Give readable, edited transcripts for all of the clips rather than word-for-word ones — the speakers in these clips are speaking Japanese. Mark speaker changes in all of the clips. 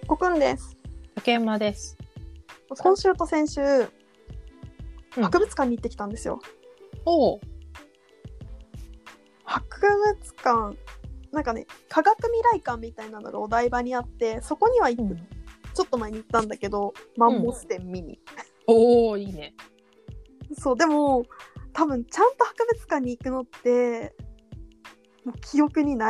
Speaker 1: コくんです。
Speaker 2: 竹山です。
Speaker 1: 今週と先週、
Speaker 2: うん、
Speaker 1: 博物館に行ってきたんですよ。
Speaker 2: おう。
Speaker 1: 博物館、なんかね、科学未来館みたいなのがお台場にあって、そこにはちょっと前に行ったんだけど、マンモス展見に。
Speaker 2: おー、いいね。
Speaker 1: そう、でも、多分ちゃんと博物館に行くのって、もう記憶にない。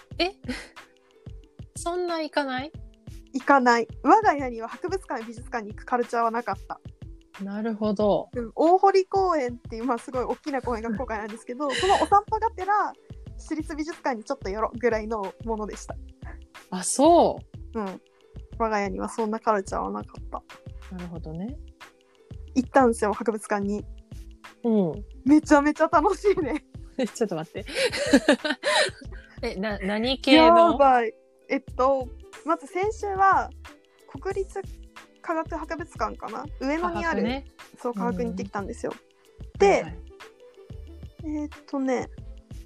Speaker 2: そんな行かない？
Speaker 1: 行かない。我が家には博物館、美術館に行くカルチャーはなかった。
Speaker 2: なるほど。
Speaker 1: 大堀公園っていう、すごい大きな公園が今回なんですけど、そのお散歩がてら、市立美術館にちょっと寄ろぐらいのものでした。
Speaker 2: あ、そ
Speaker 1: う。我が家にはそんなカルチャーはなかった。
Speaker 2: なるほどね。
Speaker 1: 行ったんですよ、博物館に。めちゃめちゃ楽しいね。
Speaker 2: ちょっと待って。何系の？
Speaker 1: やばい。まず先週は国立科学博物館かな、上野にある、ね、そう科学に行ってきたんですよ。で、はい、企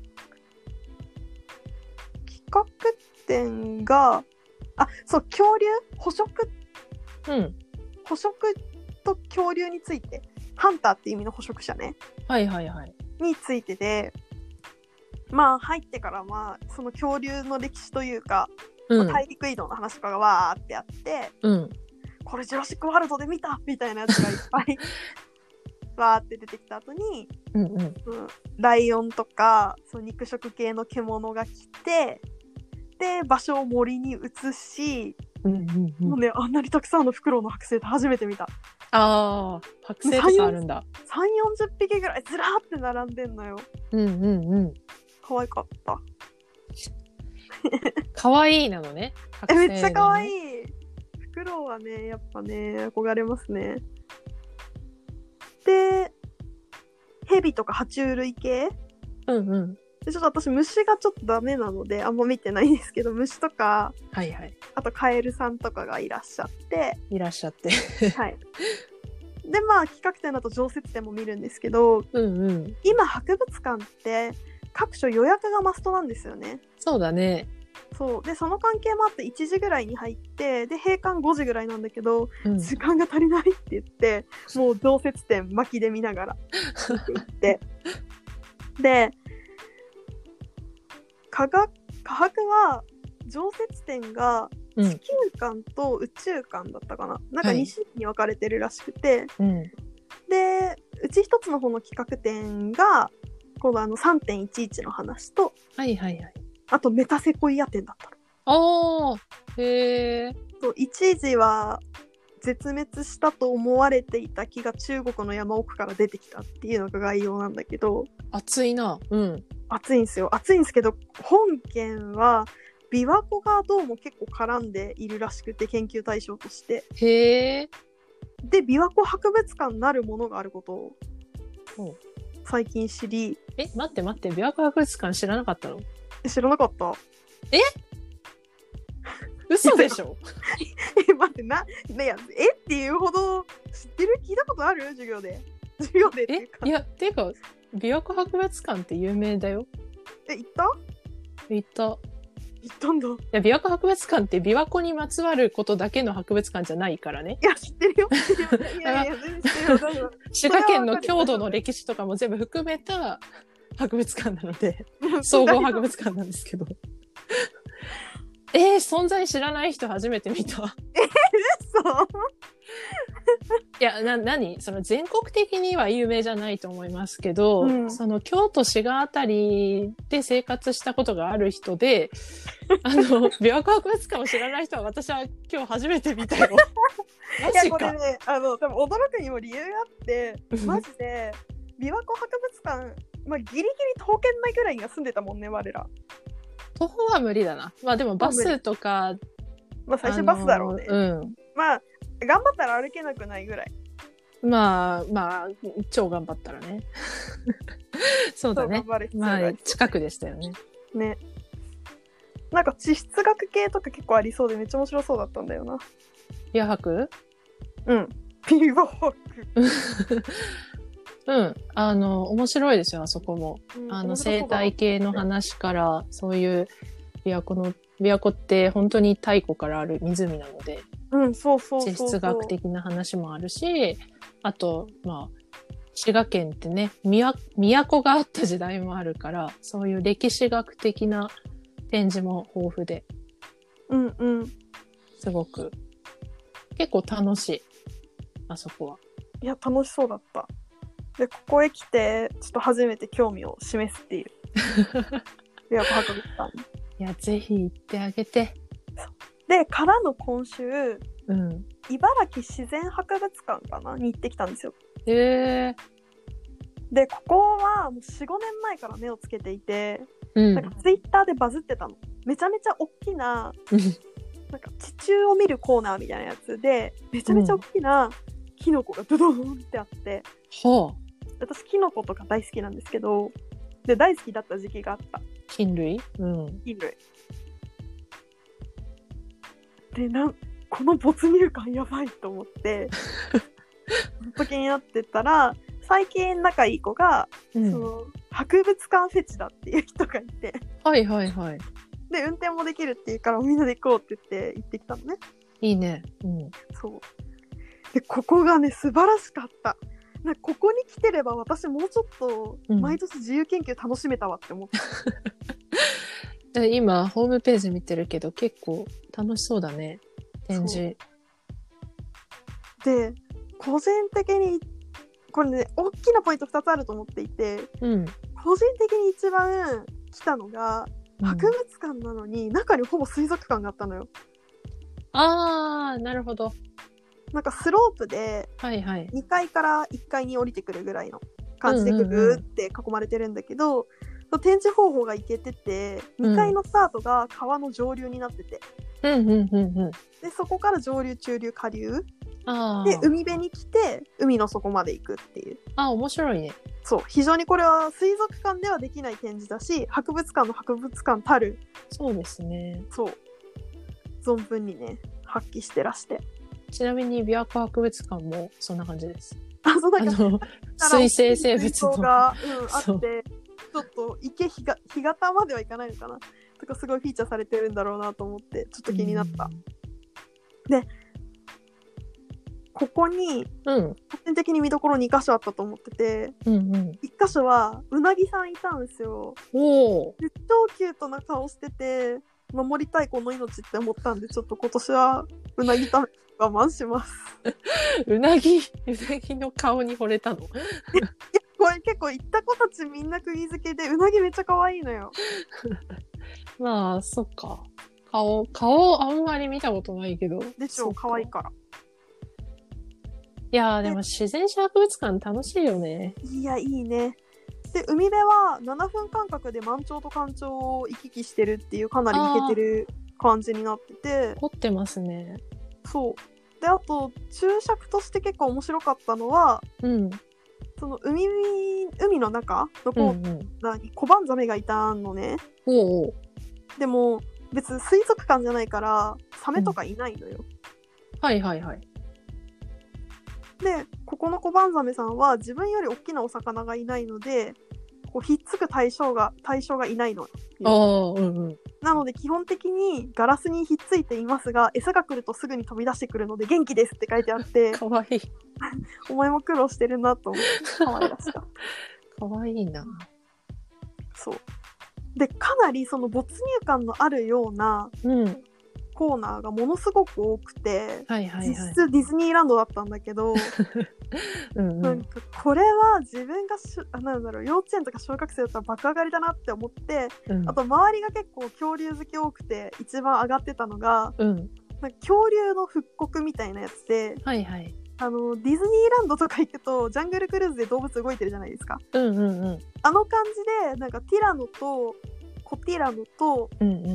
Speaker 1: 画展がそう、恐竜捕食、捕食と恐竜について、ハンターっていう意味の捕食者ね、についてで、入ってからその恐竜の歴史というか、大陸移動の話とかがわーってあって、これジュラシックワールドで見たみたいなやつがいっぱいわーって出てきた後に、ライオンとかその肉食系の獣が来て、で場所を森に移し、もうね、あんなにたくさんのフクロウの剥製って初めて見た。
Speaker 2: 剥製とかあるんだ。
Speaker 1: 3、40匹ぐらいずらーって並んでんのよ。可愛かった。
Speaker 2: 可愛いなのね。
Speaker 1: めっちゃ可愛い。フクロウはね、やっぱね、憧れますね。で、ヘビとか爬虫類系、でちょっと私虫がちょっとダメなのであんま見てないんですけど、虫とか、あとカエルさんとかがいらっしゃってはい。で企画展だと常設展も見るんですけど、今博物館って各所予約がマストなんですよね。
Speaker 2: そうだね。
Speaker 1: そうで、その関係もあって1時ぐらいに入って、で閉館5時ぐらいなんだけど、時間が足りないって言って、もう常設展巻きで見ながら行ってで、科博は常設展が地球館と宇宙館だったかな、なんか2種類に分かれてるらしくて、でうち一つの方の企画展が今度3.11 の話と、あとメタセコイア展だったの。そう、一時は絶滅したと思われていた木が中国の山奥から出てきたっていうのが概要なんだけど、
Speaker 2: 熱いな。
Speaker 1: 熱いんですよ。熱いんですけど、本件は琵琶湖がどうも結構絡んでいるらしくて、研究対象として。で、琵琶湖博物館なるものがあることを最近知り。
Speaker 2: 待って、琵琶湖博物館知らなかったの？
Speaker 1: 知らなかった。
Speaker 2: 嘘でしょ？
Speaker 1: 待ってっていうほど知ってる？聞いたことある？授業でっていうか。
Speaker 2: ていうか琵琶湖博物館って有名だよ。
Speaker 1: 行った？
Speaker 2: 行ったんだ。琵琶湖博物館って琵琶湖にまつわることだけの博物館じゃないからね。
Speaker 1: いや、知ってるよ。いや全然知ってるよ。
Speaker 2: 滋賀県の郷土の歴史とかも全部含めた博物館なので総合博物館なんですけど存在知らない人初めて見た。
Speaker 1: 嘘？
Speaker 2: いや、その全国的には有名じゃないと思いますけど、その京都滋賀あたりで生活したことがある人で、琵琶湖博物館を知らない人は私は今日初めて見たよ。マジか。
Speaker 1: いや、これね、多分驚くにも理由があって、マジで琵琶湖博物館、ギリギリ徒歩圏内ぐらいには住んでたもんね、我ら。
Speaker 2: 徒歩は無理だな。でもバスとか、
Speaker 1: 最初バスだろうね。頑張ったら歩けなくないぐらい。
Speaker 2: 超頑張ったらね。そうだね。近くでしたよね。
Speaker 1: ね。なんか地質学系とか結構ありそうでめっちゃ面白そうだったんだよな。
Speaker 2: 琵琶博？
Speaker 1: 琵琶博。
Speaker 2: 面白いですよ、あそこも。生態系の話から、そういう琵琶湖って本当に太古からある湖なので、
Speaker 1: そうそうそうそう。
Speaker 2: 地質学的な話もあるし、あと、まあ、滋賀県ってね、都があった時代もあるから、そういう歴史学的な展示も豊富で、すごく、結構楽しい、あそこは。
Speaker 1: いや、楽しそうだった。で、ここへ来て、ちょっと初めて興味を示すっていう。琵琶湖博物館に。
Speaker 2: いや、ぜひ行ってあげて。
Speaker 1: で、からの今週、茨城自然博物館かなに行ってきたんですよ。
Speaker 2: で、
Speaker 1: ここはもう 4,5 年前から目をつけていて、なんかツイッターでバズってたの。めちゃめちゃ大きな、なんか地中を見るコーナーみたいなやつで、めちゃめちゃ大きなキノコがドドーンってあって、私キノコとか大好きなんですけど、で大好きだった時期があった。
Speaker 2: 菌類？
Speaker 1: 菌類。でこの没入感やばいと思ってずっと気になってたら、最近仲いい子が、その博物館フェチだっていう人がいて、で運転もできるっていうからみんなで行こうって言って行ってきたのね。
Speaker 2: いいね。
Speaker 1: そうで、ここがね素晴らしかった。ここに来てれば私もうちょっと毎年自由研究楽しめたわって思った、
Speaker 2: 今ホームページ見てるけど結構楽しそうだね、展示。
Speaker 1: で、個人的にこれね、大きなポイント2つあると思っていて、個人的に一番来たのが、博物館なのに中にほぼ水族館があったのよ。
Speaker 2: なるほど。
Speaker 1: なんかスロープで2階から1階に降りてくるぐらいの感じでぐるーって囲まれてるんだけど、展示方法がいけてて、2階のスタートが川の上流になってて、でそこから上流中流下流で海辺に来て海の底まで行くっていう。
Speaker 2: 面白いね。
Speaker 1: そう、非常にこれは水族館ではできない展示だし、博物館の博物館たる、
Speaker 2: そうですね。
Speaker 1: そう存分にね発揮してらして。
Speaker 2: ちなみに琵琶湖博物館もそんな感じです。
Speaker 1: そう
Speaker 2: 水生生物の
Speaker 1: が、あって、ちょっと干潟まではいかないのかなとか、すごいフィーチャーされてるんだろうなと思ってちょっと気になった。で、ここに個人的に見どころ2箇所あったと思ってて、1箇所はうなぎさんいたんですよ。で、超キュートな顔してて、守りたいこの命って思ったんで、ちょっと今年はうなぎ食べ我慢します
Speaker 2: うなぎの顔に惚れたの？
Speaker 1: これ結構行った子たちみんな釘付けで、うなぎめっちゃ可愛いのよ。
Speaker 2: まあそっか、顔あんまり見たことないけど。
Speaker 1: でしょ、可愛いから。
Speaker 2: いやー、でも自然史博物館楽しいよね。
Speaker 1: いや、いいね。で、海辺は7分間隔で満潮と干潮を行き来してるっていう、かなりイケてる感じになってて、
Speaker 2: 凝ってますね。
Speaker 1: そうで、あと注釈として結構面白かったのは、その海の中のコーナーにコバンザメがいたのね。でも別に水族館じゃないからサメとかいないのよ。で、ここのコバンザメさんは自分より大きなお魚がいないので、こうひっつく対象がいないのよ。なので基本的にガラスにひっついていますが、餌が来るとすぐに飛び出してくるので元気ですって書いてあって
Speaker 2: かわいい
Speaker 1: お前も苦労してるなと思ってかわいらしかった。
Speaker 2: かわいいな。
Speaker 1: そうで、かなりその没入感のあるようなコーナーがものすごく多くて、実質ディズニーランドだったんだけどなんかこれは自分が幼稚園とか小学生だったら爆上がりだなって思って、あと周りが結構恐竜好き多くて一番上がってたのが、なんか恐竜の復刻みたいなやつで、ディズニーランドとか行くとジャングルクルーズで動物動いてるじゃないですか。あの感じで、なんかティラノとコティラノと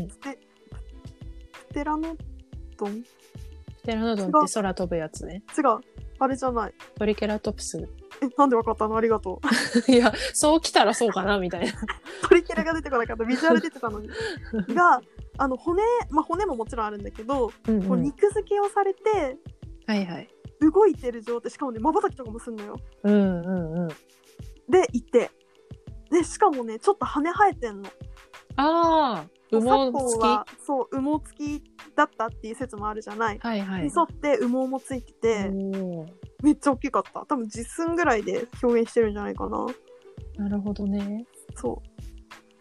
Speaker 1: プテラノドン
Speaker 2: って空飛ぶやつね。
Speaker 1: 違う、あれじゃない。
Speaker 2: トリケラトプス。
Speaker 1: なんでわかったの？ありがと
Speaker 2: ういや、そう来たらそうかなみたいな
Speaker 1: トリケラが出てこなかった。ビジュアル出てたのにが、骨ももちろんあるんだけど、こう肉付けをされて動いてる状態、しかもね、瞬きとかもすんのよ。でいて、でしかもね、ちょっと羽生えてんの。
Speaker 2: ああ、羽毛付き。
Speaker 1: そう、羽毛付きだったっていう説もあるじゃない。
Speaker 2: はいはい。
Speaker 1: に沿って羽毛もついてて、めっちゃ大きかった。多分10寸ぐらいで表現してるんじゃないかな。
Speaker 2: なるほどね。
Speaker 1: そう。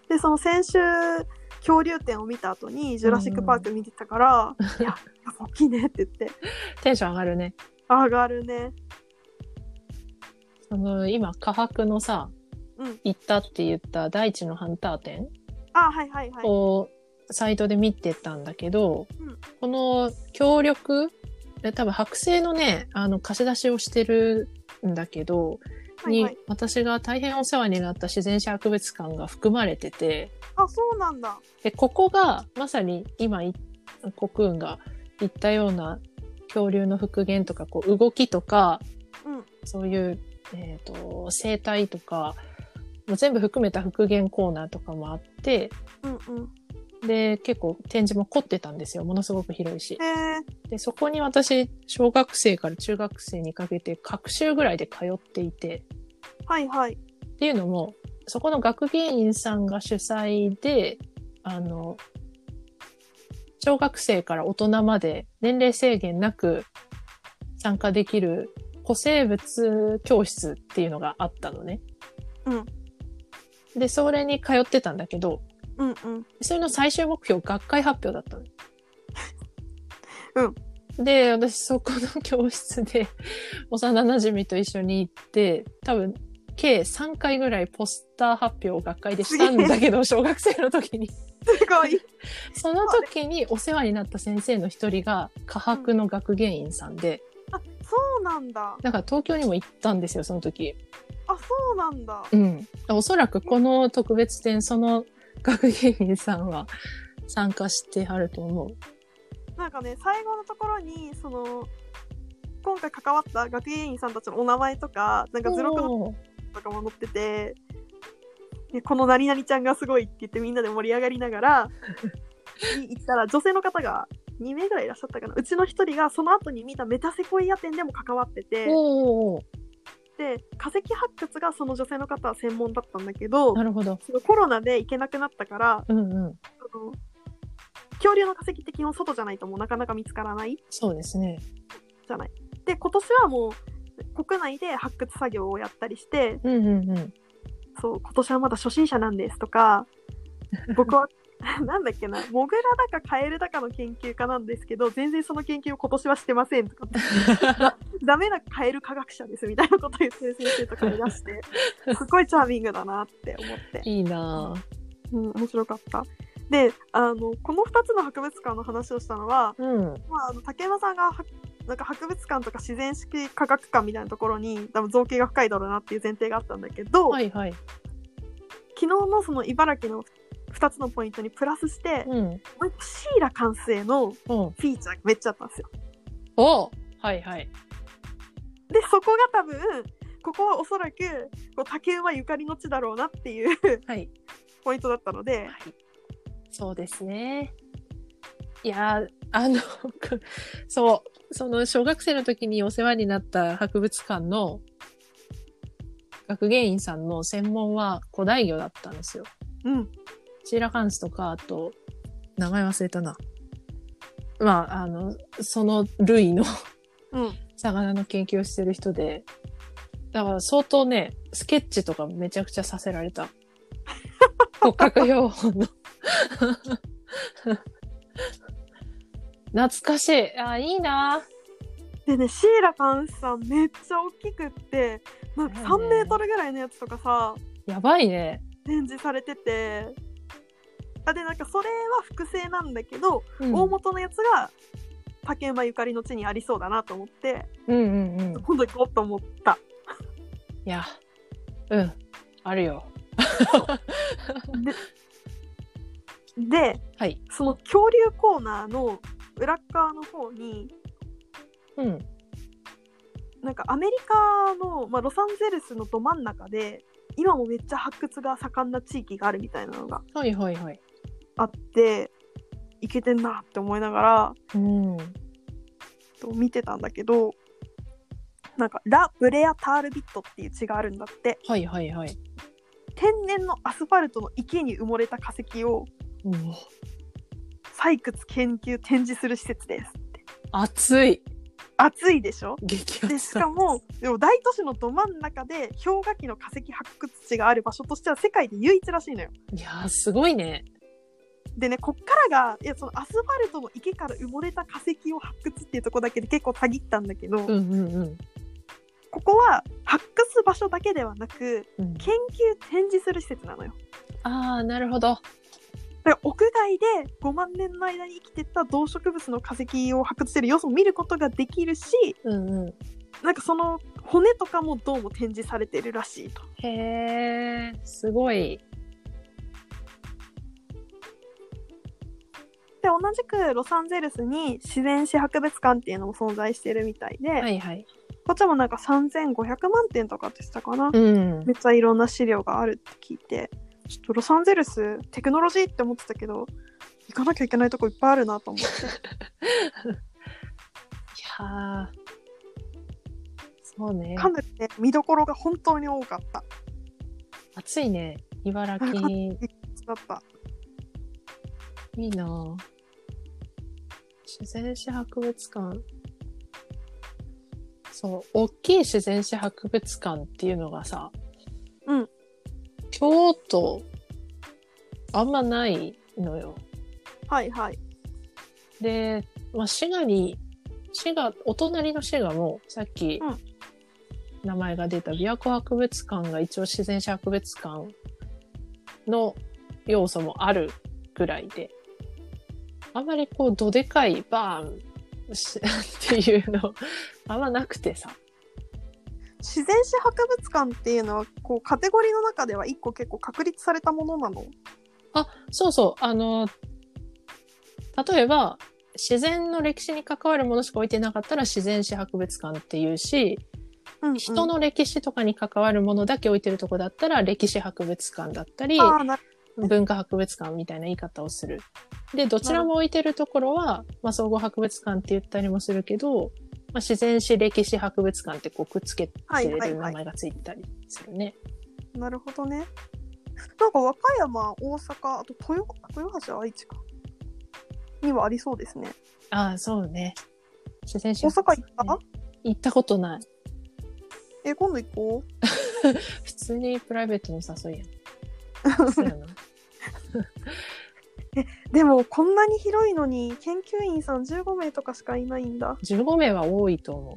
Speaker 1: で、その先週、恐竜展を見た後にジュラシックパーク見てたから、いや、大きいねって言って。
Speaker 2: テンション上がるね。
Speaker 1: 上がるね。
Speaker 2: 今、科博のさ、行ったって言った大地のハンター展
Speaker 1: はいはいはい。
Speaker 2: をサイトで見てたんだけど、この協力、多分剥製のね、貸し出しをしてるんだけど、はいはい、私が大変お世話になった自然史博物館が含まれてて、
Speaker 1: そうなんだ。
Speaker 2: で、ここがまさに今、コクーンが言ったような恐竜の復元とか、こう動きとか、そういう、生態とか、もう全部含めた復元コーナーとかもあって、で、結構展示も凝ってたんですよ。ものすごく広いし。で、そこに私、小学生から中学生にかけて、各週ぐらいで通っていて。
Speaker 1: はいはい。
Speaker 2: っていうのも、そこの学芸員さんが主催で、小学生から大人まで年齢制限なく参加できる古生物教室っていうのがあったのね。で、それに通ってたんだけど、それの最終目標、学会発表だったの。で、私そこの教室で幼馴染と一緒に行って、多分計3回ぐらいポスター発表を学会でしたんだけど、小学生の時に。
Speaker 1: すごい。
Speaker 2: その時にお世話になった先生の一人が科博の学芸員さんで。
Speaker 1: そうなんだ。
Speaker 2: だから東京にも行ったんですよ、その時。
Speaker 1: そうなんだ。
Speaker 2: おそらくこの特別展、その学芸員さんは参加してはると思う。
Speaker 1: なんかね、最後のところに、今回関わった学芸員さんたちのお名前とか、なんか図録のとかも載ってて、この何々ちゃんがすごいって言ってみんなで盛り上がりながら、行ったら女性の方が2名ぐらいいらっしゃったかな。うちの1人がその後に見たメタセコイア展でも関わってて、で化石発掘がその女性の方は専門だったんだけど、
Speaker 2: なるほど。
Speaker 1: コロナで行けなくなったから、恐竜の化石って基本外じゃないともうなかなか見つからない。
Speaker 2: そうですね。
Speaker 1: じゃない。で今年はもう国内で発掘作業をやったりして、そう今年はまだ初心者なんですとか、僕はなんだっけな、モグラだかカエルだかの研究家なんですけど、全然その研究を今年はしてませんとかダメなカエル科学者ですみたいなことを言ってる先生とかいらしてすごいチャーミングだなって思って。
Speaker 2: いいな
Speaker 1: ぁ。面白かった。で、この2つの博物館の話をしたのは、竹山さんがなんか博物館とか自然史科学館みたいなところに多分造形が深いだろうなっていう前提があったんだけど、昨日のその茨城の2つのポイントにプラスして、シーラ完成のフィーチャーがめっちゃあったんですよ。でそこが多分ここはおそらく竹馬ゆかりの地だろうなっていう、ポイントだったので、
Speaker 2: そうですね。いやその小学生の時にお世話になった博物館の学芸員さんの専門は古代魚だったんですよ。シーラカンスとか、あと名前忘れたな。その類の魚の研究をしてる人で、だから相当ね、スケッチとかめちゃくちゃさせられた。骨格標本の。懐かしい。いいな。
Speaker 1: でね、シーラカンスさんめっちゃ大きくって、なんか3メートルぐらいのやつとかさ、
Speaker 2: やばいね。
Speaker 1: 展示されてて、でなんかそれは複製なんだけど、大元のやつが竹馬ゆかりの地にありそうだなと思って、今度行こうと思った。
Speaker 2: いや、あるよ。
Speaker 1: で、その恐竜コーナーの裏側の方に、なんかアメリカの、ロサンゼルスのど真ん中で今もめっちゃ発掘が盛んな地域があるみたいなのがあって、いけてんなって思いながら、見てたんだけど、なんかラ・ブレア・タールビットっていう地があるんだって。 天然のアスファルトの池に埋もれた化石を採掘研究展示する施設ですって。暑いでしょ。
Speaker 2: 激アツ。
Speaker 1: でしかも大都市のど真ん中で氷河期の化石発掘地がある場所としては世界で唯一らしいのよ。
Speaker 2: いやーすごいね。
Speaker 1: でね、こっからがそのアスファルトの池から埋もれた化石を発掘っていうところだけで結構たぎったんだけど、ここは発掘場所だけではなく、研究展示する施設なのよ。
Speaker 2: ああ、なるほど。
Speaker 1: だから屋外で5万年の間に生きてた動植物の化石を発掘してる様子を見ることができるし、なんかその骨とかもどうも展示されてるらしいと。
Speaker 2: へー、すごい。
Speaker 1: で同じくロサンゼルスに自然史博物館っていうのも存在してるみたいで、こっちもなんか3500万点とかって言ってたかな、めっちゃいろんな資料があるって聞いて、ちょっとロサンゼルステクノロジーって思ってたけど行かなきゃいけないとこいっぱいあるなと思ってい
Speaker 2: やそうね、
Speaker 1: かなりね見どころが本当に多かった。
Speaker 2: 暑いね、茨城
Speaker 1: だった。
Speaker 2: いいな。自然史博物館、そう大きい自然史博物館っていうのがさ、京都あんまないのよ。で、滋賀お隣の滋賀もさっき、名前が出た琵琶湖博物館が一応自然史博物館の要素もあるぐらいで、あんまりこうどでかいバーンっていうのあんまなくてさ。
Speaker 1: 自然史博物館っていうのはこうカテゴリーの中では一個結構確立されたものなの？
Speaker 2: そうそう。例えば自然の歴史に関わるものしか置いてなかったら自然史博物館っていうし、人の歴史とかに関わるものだけ置いてるとこだったら歴史博物館だったり、文化博物館みたいな言い方をする。で、どちらも置いてるところは、総合博物館って言ったりもするけど、自然史歴史博物館ってこうくっつけてる名前がついたりするね。
Speaker 1: なるほどね。なんか和歌山、大阪、あと豊橋、愛知かにはありそうですね。
Speaker 2: そうね。自然史
Speaker 1: 大阪行った？
Speaker 2: 行ったことない。
Speaker 1: 今度行こう。
Speaker 2: 普通にプライベートの誘いやん。そうやな。
Speaker 1: でもこんなに広いのに研究員さん15名とかしかいないんだ。
Speaker 2: 15名は多いと思う。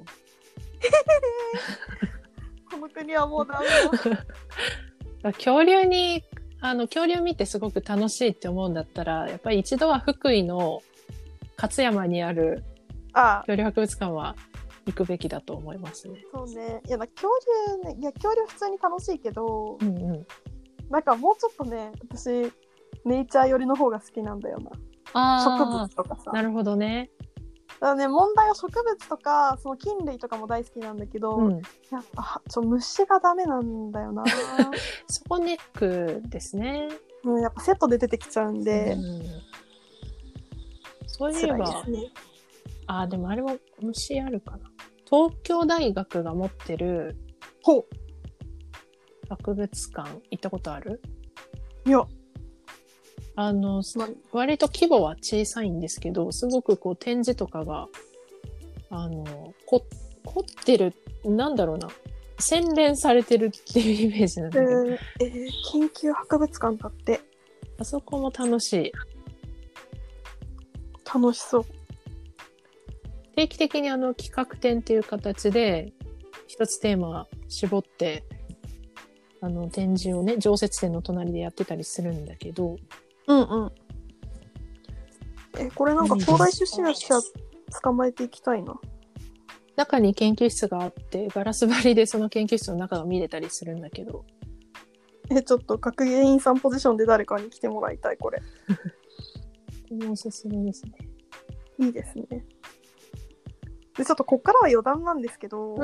Speaker 1: この国はもうダメだ。
Speaker 2: 恐竜見てすごく楽しいって思うんだったら、やっぱり一度は福井の勝山にある恐竜博物館は行くべきだと思いますね。
Speaker 1: そうね。恐竜普通に楽しいけど、なんかもうちょっとね、私ネイチャー寄りの方が好きなんだよな。植物とかさ。
Speaker 2: なるほどね。
Speaker 1: だからね、問題は植物とかその菌類とかも大好きなんだけど、やっぱ虫がダメなんだよな。
Speaker 2: そこネックですね。
Speaker 1: やっぱセットで出てきちゃうんで、
Speaker 2: そういえば、でもあれも虫あるかな。東京大学が持ってる博物館行ったことある？
Speaker 1: いや、
Speaker 2: 割と規模は小さいんですけど、すごくこう展示とかが凝ってる、なんだろうな、洗練されてるっていうイメージなんだけど、
Speaker 1: 研究博物館だって。
Speaker 2: あそこも楽しい。
Speaker 1: 楽しそう。
Speaker 2: 定期的に企画展っていう形で一つテーマ絞って展示をね、常設展の隣でやってたりするんだけど、
Speaker 1: これなんか東大出身の記者捕まえていきたいな。
Speaker 2: 中に研究室があって、ガラス張りでその研究室の中が見れたりするんだけど。
Speaker 1: ちょっと学芸員さんポジションで誰かに来てもらいたい、これ。
Speaker 2: おすすめですね。
Speaker 1: いいですね。で、ちょっとこっからは余談なんですけど、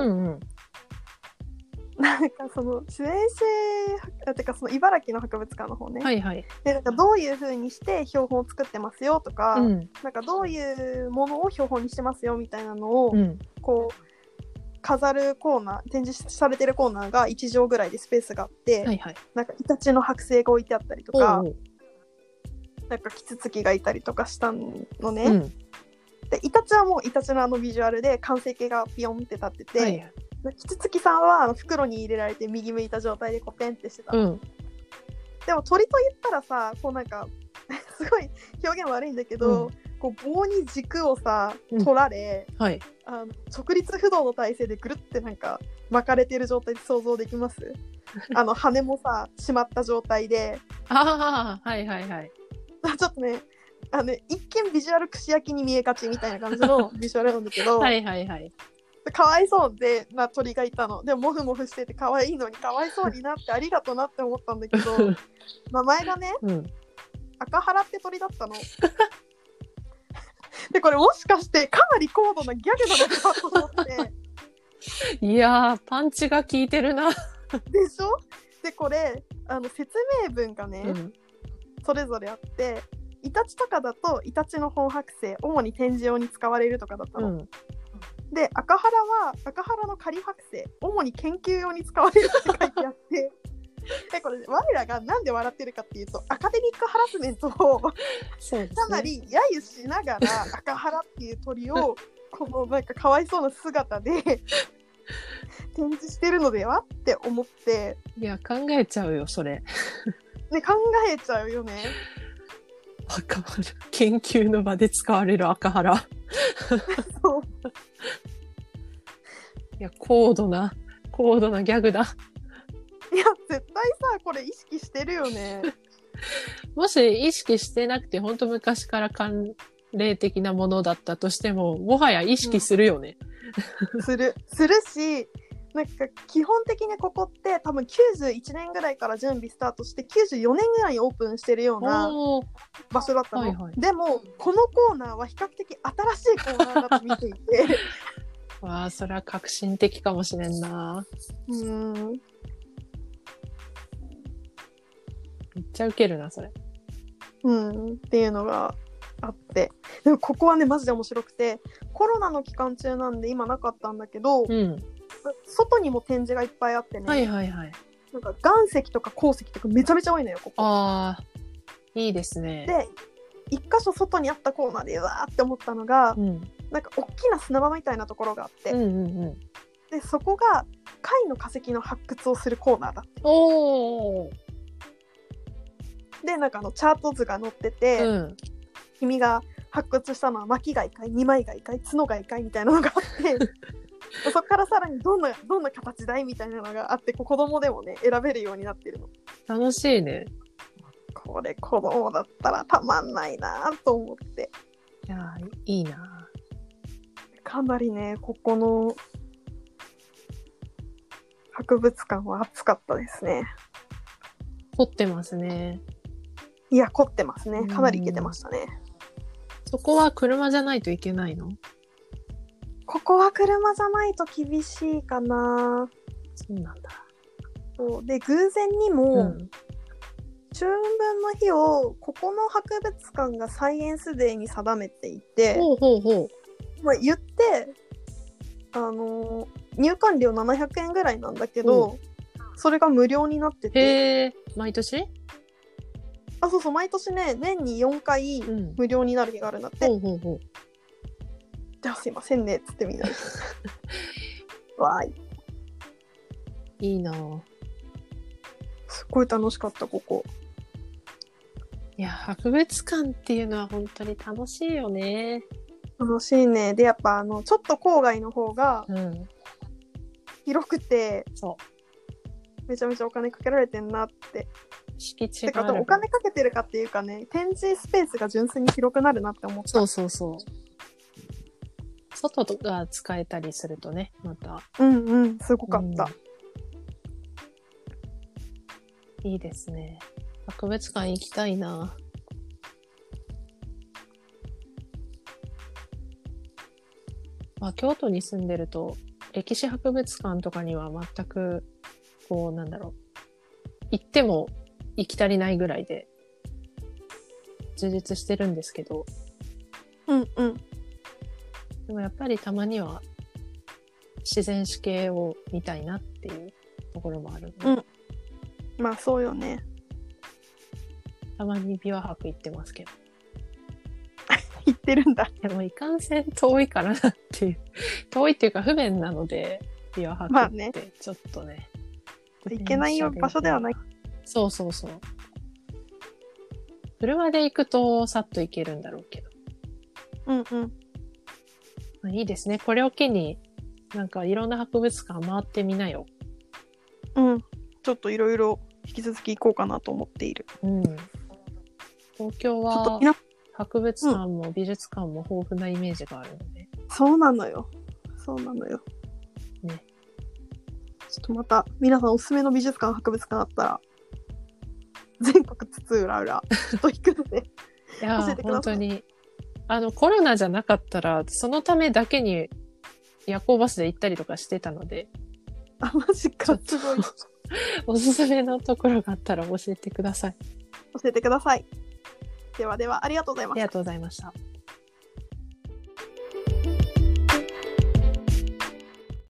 Speaker 1: なんかその自然史てかその茨城の博物館の方ね、でなんかどういう風にして標本を作ってますよとか、なんかどういうものを標本にしてますよみたいなのを、こう飾るコーナー、展示されてるコーナーが1畳ぐらいでスペースがあって、
Speaker 2: はいはい、
Speaker 1: なんかイタチの剥製が置いてあったりとか、なんかキツツキがいたりとかしたのね、うん、でイタチはもうイタチのビジュアルで完成形がピヨンって立ってて、はいはい、キツツキさんは袋に入れられて右向いた状態でこうペンってしてたの、うん、でも鳥と言ったらさ、こうなんかすごい表現悪いんだけど、うん、こう棒に軸をさ取られ、うん、はい、直立不動の体勢でぐるってなんか巻かれてる状態で想像できます？羽もさ締まった状態で、
Speaker 2: ああ、はいはいはい、
Speaker 1: ちょっとね一見ビジュアル串焼きに見えがちみたいな感じのビジュアルなんだけど
Speaker 2: はいはいはい、
Speaker 1: かわいそうでな鳥がいたのでもモフモフしててかわいいのにかわいそうになってありがとうなって思ったんだけど名前がね、うん、赤原って鳥だったのでこれもしかしてかなり高度なギャグなのかと思って
Speaker 2: いやーパンチが効いてるなで
Speaker 1: しょ。でこれ説明文がね、うん、それぞれあってイタチとかだとイタチの本剥製主に展示用に使われるとかだったの、うん、で赤原は赤原の仮剥製主に研究用に使われるって書いてあってでこれ我らがなんで笑ってるかっていうとアカデミックハラスメントをかなり揶揄しながら赤原っていう鳥をこのなんかかわいそうな姿で展示してるのではって思って、
Speaker 2: いや考えちゃうよそれ
Speaker 1: ね、考えちゃうよね。
Speaker 2: 赤原研究の場で使われる赤原そういや高度なギャグだ。
Speaker 1: いや絶対さこれ意識してるよね
Speaker 2: もし意識してなくて本当昔から慣例的なものだったとしてももはや意識するよね、
Speaker 1: うん、するしなんか基本的にここって多分91年ぐらいから準備スタートして94年ぐらいにオープンしてるような場所だったの、はいはい、でもこのコーナーは比較的新しいコーナーだと見ていて
Speaker 2: わあそれは革新的かもしれんな。めっちゃウケるなそれ。
Speaker 1: っていうのがあって、でもここはねマジで面白くてコロナの期間中なんで今なかったんだけど、うん、外にも展示がいっぱいあってね、
Speaker 2: はいはいはい、
Speaker 1: なんか岩石とか鉱石とかめちゃめちゃ多いのよここ。
Speaker 2: あーいいですね。
Speaker 1: で一箇所外にあったコーナーでうわーって思ったのが、うん、なんか大きな砂場みたいなところがあって、うんうんうん、でそこが貝の化石の発掘をするコーナーだって。おーでなんかチャート図が載ってて、うん、君が発掘したのは巻き貝かい二枚貝かい角貝かいみたいなのがあってそこからさらにどんな形だいみたいなのがあって子供でもね選べるようになってるの。
Speaker 2: 楽しいね。
Speaker 1: これ子供だったらたまんないなと思って。
Speaker 2: いやいいな。
Speaker 1: かなりねここの博物館は暑かったですね。
Speaker 2: 凝ってますね。
Speaker 1: いや凝ってますね。かなりいけてましたね。
Speaker 2: そこは車じゃないといけないの？
Speaker 1: ここは車じゃないと厳しいかな。
Speaker 2: そうなんだ。
Speaker 1: そうで偶然にも、春分の日をここの博物館がサイエンスデーに定めていて、まあ、言って入館料700円ぐらいなんだけど、それが無料になってて。
Speaker 2: へー、毎年？
Speaker 1: あ、そうそう、毎年ね、年に4回無料になる日があるんだって。じゃあすいませんねっつってみんなわーい。
Speaker 2: いいなぁ。
Speaker 1: すごい楽しかったここ。
Speaker 2: いや博物館っていうのは本当に楽しいよね。
Speaker 1: 楽しいね。でやっぱちょっと郊外の方が広くて、そうめちゃめちゃお金かけられてんなって。
Speaker 2: 敷地がある。
Speaker 1: てかお金かけてるかっていうかね、展示スペースが純粋に広くなるなって思った。
Speaker 2: そうそうそう。外が使えたりするとね、また。
Speaker 1: すごかった。
Speaker 2: いいですね。博物館行きたいな。まあ、京都に住んでると、歴史博物館とかには全く、こう、なんだろう。行っても行き足りないぐらいで、充実してるんですけど。でもやっぱりたまには自然史系を見たいなっていうところもある。
Speaker 1: うん。まあそうよね。
Speaker 2: たまに琵琶博行ってますけど。
Speaker 1: 行ってるんだ。
Speaker 2: でもいかんせん遠いからなっていう。遠いっていうか不便なので、琵琶博ってちょっとね。
Speaker 1: 行けない場所ではない。
Speaker 2: そうそうそう。車で行くとさっと行けるんだろうけど。
Speaker 1: うんうん。
Speaker 2: まあ、いいですね。これを機に、なんかいろんな博物館回ってみなよ。
Speaker 1: うん。ちょっといろいろ引き続き行こうかなと思っている。
Speaker 2: うん。東京は博物館も美術館も豊富なイメージがあるので。
Speaker 1: そうなのよ。そうなのよ。ね。ちょっとまた皆さんおすすめの美術館博物館あったら、全国津々浦々ちょっと行くので
Speaker 2: いや教えてください。本当にコロナじゃなかったらそのためだけに夜行バスで行ったりとかしてたので。
Speaker 1: あ、マジか。すごい。
Speaker 2: おすすめのところがあったら教えてください。
Speaker 1: 教えてください。ではでは、ありがとうございました。
Speaker 2: ありがとうございました。